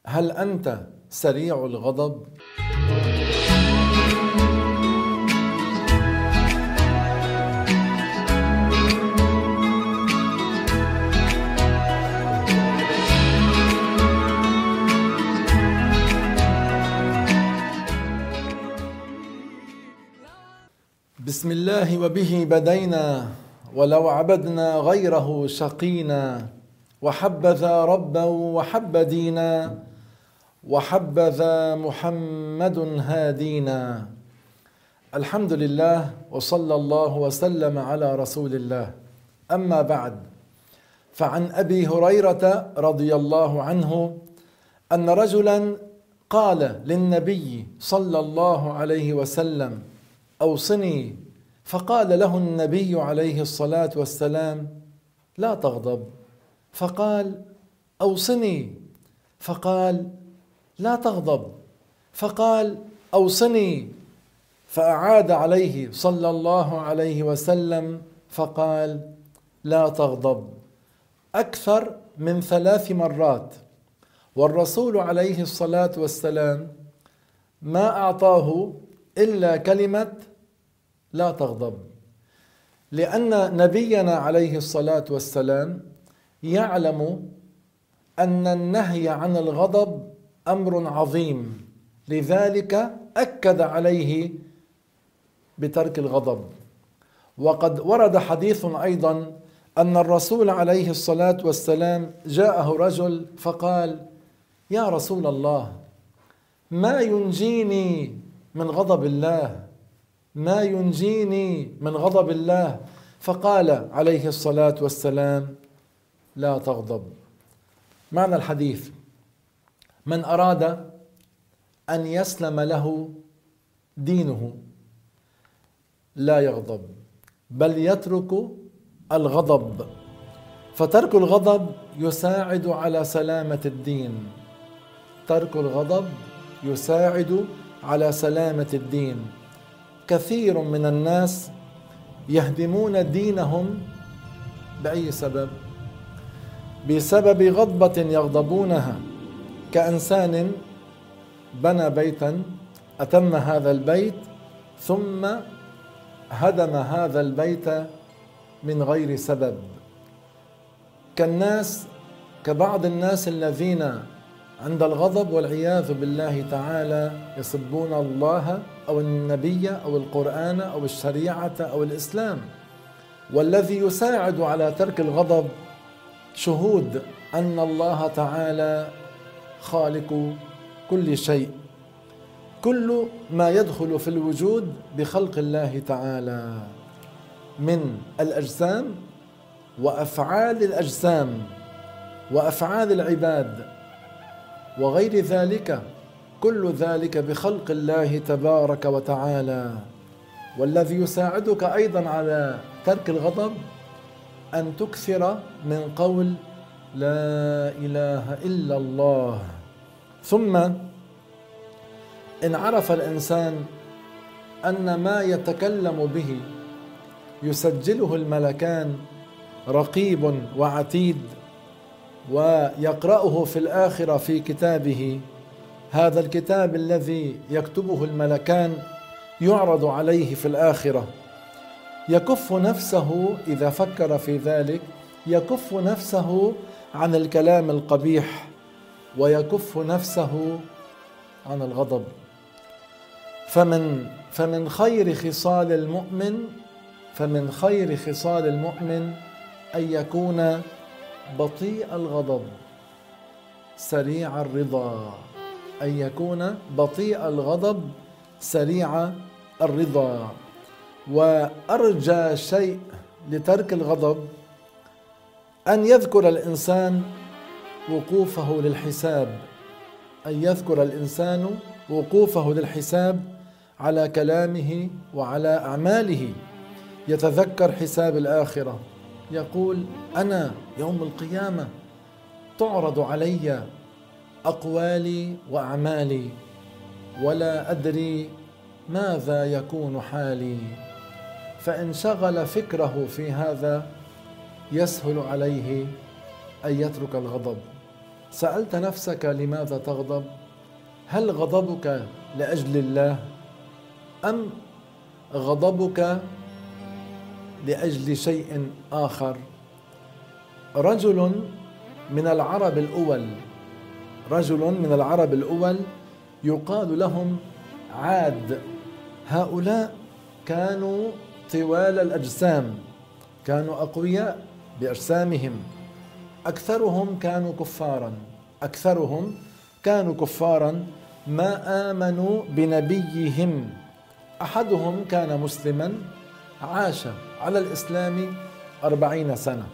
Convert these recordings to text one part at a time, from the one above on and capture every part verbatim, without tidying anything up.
هل أنت سريع الغضب؟ بسم الله وبه بدينا ولو عبدنا غيره شقينا، وحبذا ربا وحب دينا، وحبذا محمد هادينا. الحمد لله وصلى الله وسلم على رسول الله. أما بعد، فعن أبي هريرة رضي الله عنه أن رجلا قال للنبي صلى الله عليه وسلم: أوصني. فقال له النبي عليه الصلاة والسلام: لا تغضب. فقال: أوصني. فقال: لا تغضب. فقال: أوصني. فأعاد عليه صلى الله عليه وسلم فقال: لا تغضب، أكثر من ثلاث مرات. والرسول عليه الصلاة والسلام ما أعطاه إلا كلمة لا تغضب، لأن نبينا عليه الصلاة والسلام يعلم أن النهي عن الغضب أمر عظيم، لذلك أكد عليه بترك الغضب. وقد ورد حديث أيضا أن الرسول عليه الصلاة والسلام جاءه رجل فقال: يا رسول الله، ما ينجيني من غضب الله، ما ينجيني من غضب الله. فقال عليه الصلاة والسلام: لا تغضب. معنى الحديث: من أراد أن يسلم له دينه لا يغضب، بل يترك الغضب، فترك الغضب يساعد على سلامة الدين. ترك الغضب يساعد على سلامة الدين. كثير من الناس يهدمون دينهم بأي سبب؟ بسبب غضبة يغضبونها، كإنسان بنى بيتا، أتم هذا البيت ثم هدم هذا البيت من غير سبب. كالناس كبعض الناس الذين عند الغضب والعياذ بالله تعالى يسبون الله أو النبي أو القرآن أو الشريعة أو الإسلام. والذي يساعد على ترك الغضب شهود أن الله تعالى خالق كل شيء. كل ما يدخل في الوجود بخلق الله تعالى من الأجسام وأفعال الأجسام وأفعال العباد وغير ذلك، كل ذلك بخلق الله تبارك وتعالى. والذي يساعدك أيضا على ترك الغضب أن تكثر من قول لا إله إلا الله. ثم إن عرف الإنسان أن ما يتكلم به يسجله الملكان رقيب وعتيد، ويقرأه في الآخرة في كتابه، هذا الكتاب الذي يكتبه الملكان يعرض عليه في الآخرة، يكف نفسه إذا فكر في ذلك، يكف نفسه عن الكلام القبيح، ويكف نفسه عن الغضب. فمن فمن خير خصال المؤمن فمن خير خصال المؤمن أن يكون بطيء الغضب سريع الرضا، أن يكون بطيء الغضب سريع الرضا. وأرجى شيء لترك الغضب أن يذكر الإنسان وقوفه للحساب، أن يذكر الإنسان وقوفه للحساب على كلامه وعلى أعماله. يتذكر حساب الآخرة، يقول: أنا يوم القيامة تعرض علي أقوالي وأعمالي ولا أدري ماذا يكون حالي. فإن شغل فكره في هذا يسهل عليه أن يترك الغضب. سألت نفسك لماذا تغضب؟ هل غضبك لأجل الله أم غضبك لأجل شيء آخر؟ رجل من العرب الأول رجل من العرب الأول يقال لهم عاد. هؤلاء كانوا طوال الأجسام، كانوا أقوياء بأجسامهم، أكثرهم كانوا كفارا أكثرهم كانوا كفارا ما آمنوا بنبيهم. أحدهم كان مسلما عاش على الإسلام أربعين سنة،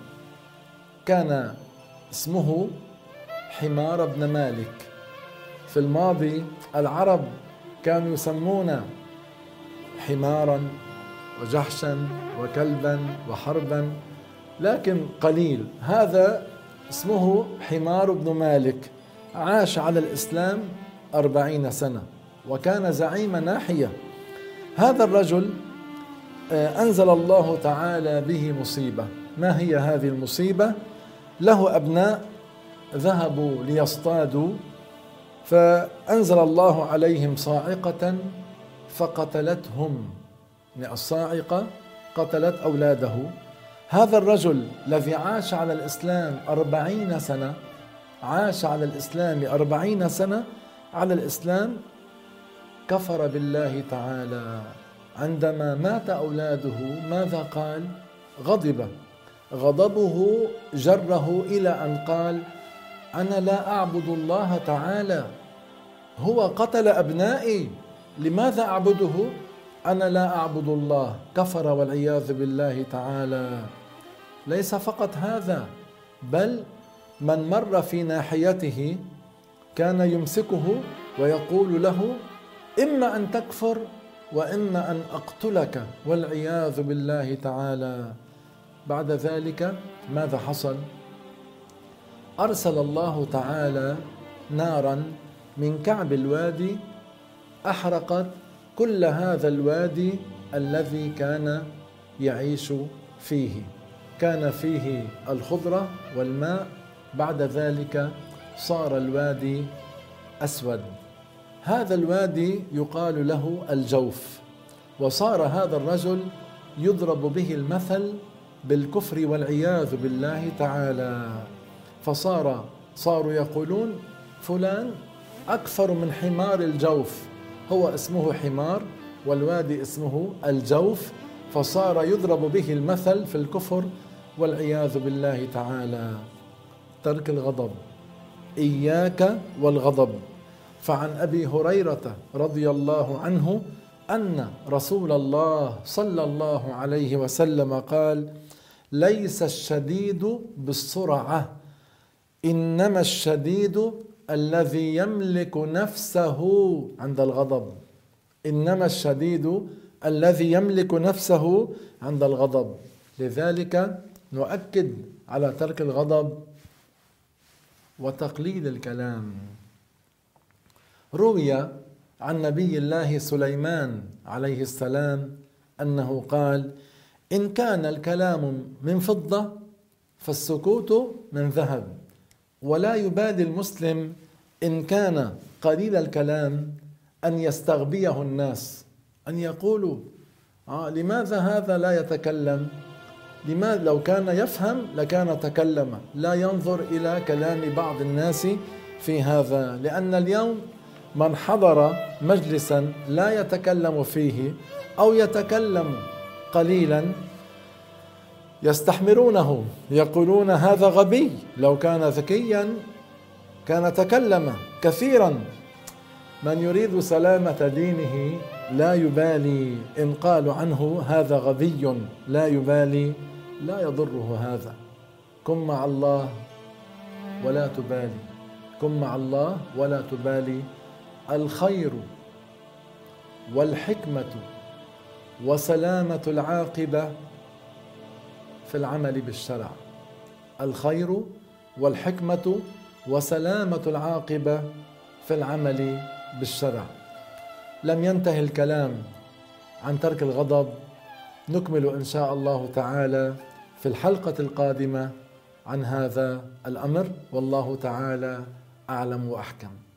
كان اسمه حمار بن مالك. في الماضي العرب كانوا يسمون حمارا وجحشا وكلبا وحربا، لكن قليل. هذا اسمه حمار بن مالك، عاش على الإسلام أربعين سنة وكان زعيم ناحية. هذا الرجل أنزل الله تعالى به مصيبة. ما هي هذه المصيبة؟ له أبناء ذهبوا ليصطادوا، فأنزل الله عليهم صاعقة فقتلتهم. الصاعقة قتلت أولاده. هذا الرجل الذي عاش على الإسلام أربعين سنة عاش على الإسلام أربعين سنة على الإسلام كفر بالله تعالى. عندما مات أولاده ماذا قال؟ غضب. غضبه جره إلى أن قال: أنا لا أعبد الله تعالى، هو قتل أبنائي، لماذا أعبده؟ أنا لا أعبد الله. كفر والعياذ بالله تعالى. ليس فقط هذا، بل من مر في ناحيته كان يمسكه ويقول له: إما أن تكفر وإما أن أقتلك، والعياذ بالله تعالى. بعد ذلك ماذا حصل؟ أرسل الله تعالى نارا من كعب الوادي أحرقت كل هذا الوادي الذي كان يعيش فيه. كان فيه الخضرة والماء، بعد ذلك صار الوادي أسود. هذا الوادي يقال له الجوف، وصار هذا الرجل يضرب به المثل بالكفر والعياذ بالله تعالى. فصار صاروا يقولون: فلان أكثر من حمار الجوف، هو اسمه حمار والوادي اسمه الجوف، فصار يضرب به المثل في الكفر والعياذ بالله تعالى. ترك الغضب، إياك والغضب. فعن أبي هريرة رضي الله عنه أن رسول الله صلى الله عليه وسلم قال: ليس الشديد بالسرعة، إنما الشديد الذي يملك نفسه عند الغضب. إنما الشديد الذي يملك نفسه عند الغضب. لذلك نؤكد على ترك الغضب وتقليل الكلام. روي عن نبي الله سليمان عليه السلام أنه قال: إن كان الكلام من فضة فالسكوت من ذهب. ولا يبالي المسلم إن كان قليل الكلام أن يستغبيه الناس، أن يقولوا: آه لماذا هذا لا يتكلم؟ لماذا؟ لو كان يفهم لكان تكلم. لا ينظر إلى كلام بعض الناس في هذا، لأن اليوم من حضر مجلسا لا يتكلم فيه أو يتكلم قليلا يستحمرونه، يقولون: هذا غبي، لو كان ذكيا كان تكلم كثيرا. من يريد سلامة دينه لا يبالي إن قالوا عنه هذا غبي، لا يبالي، لا يضره هذا. كن مع الله ولا تبالي، كن مع الله ولا تبالي. الخير والحكمة وسلامة العاقبة في العمل بالشرع. الخير والحكمة وسلامة العاقبة في العمل بالشرع. لم ينتهي الكلام عن ترك الغضب، نكمل إن شاء الله تعالى في الحلقة القادمة. عن هذا الأمر، والله تعالى أعلم وأحكم.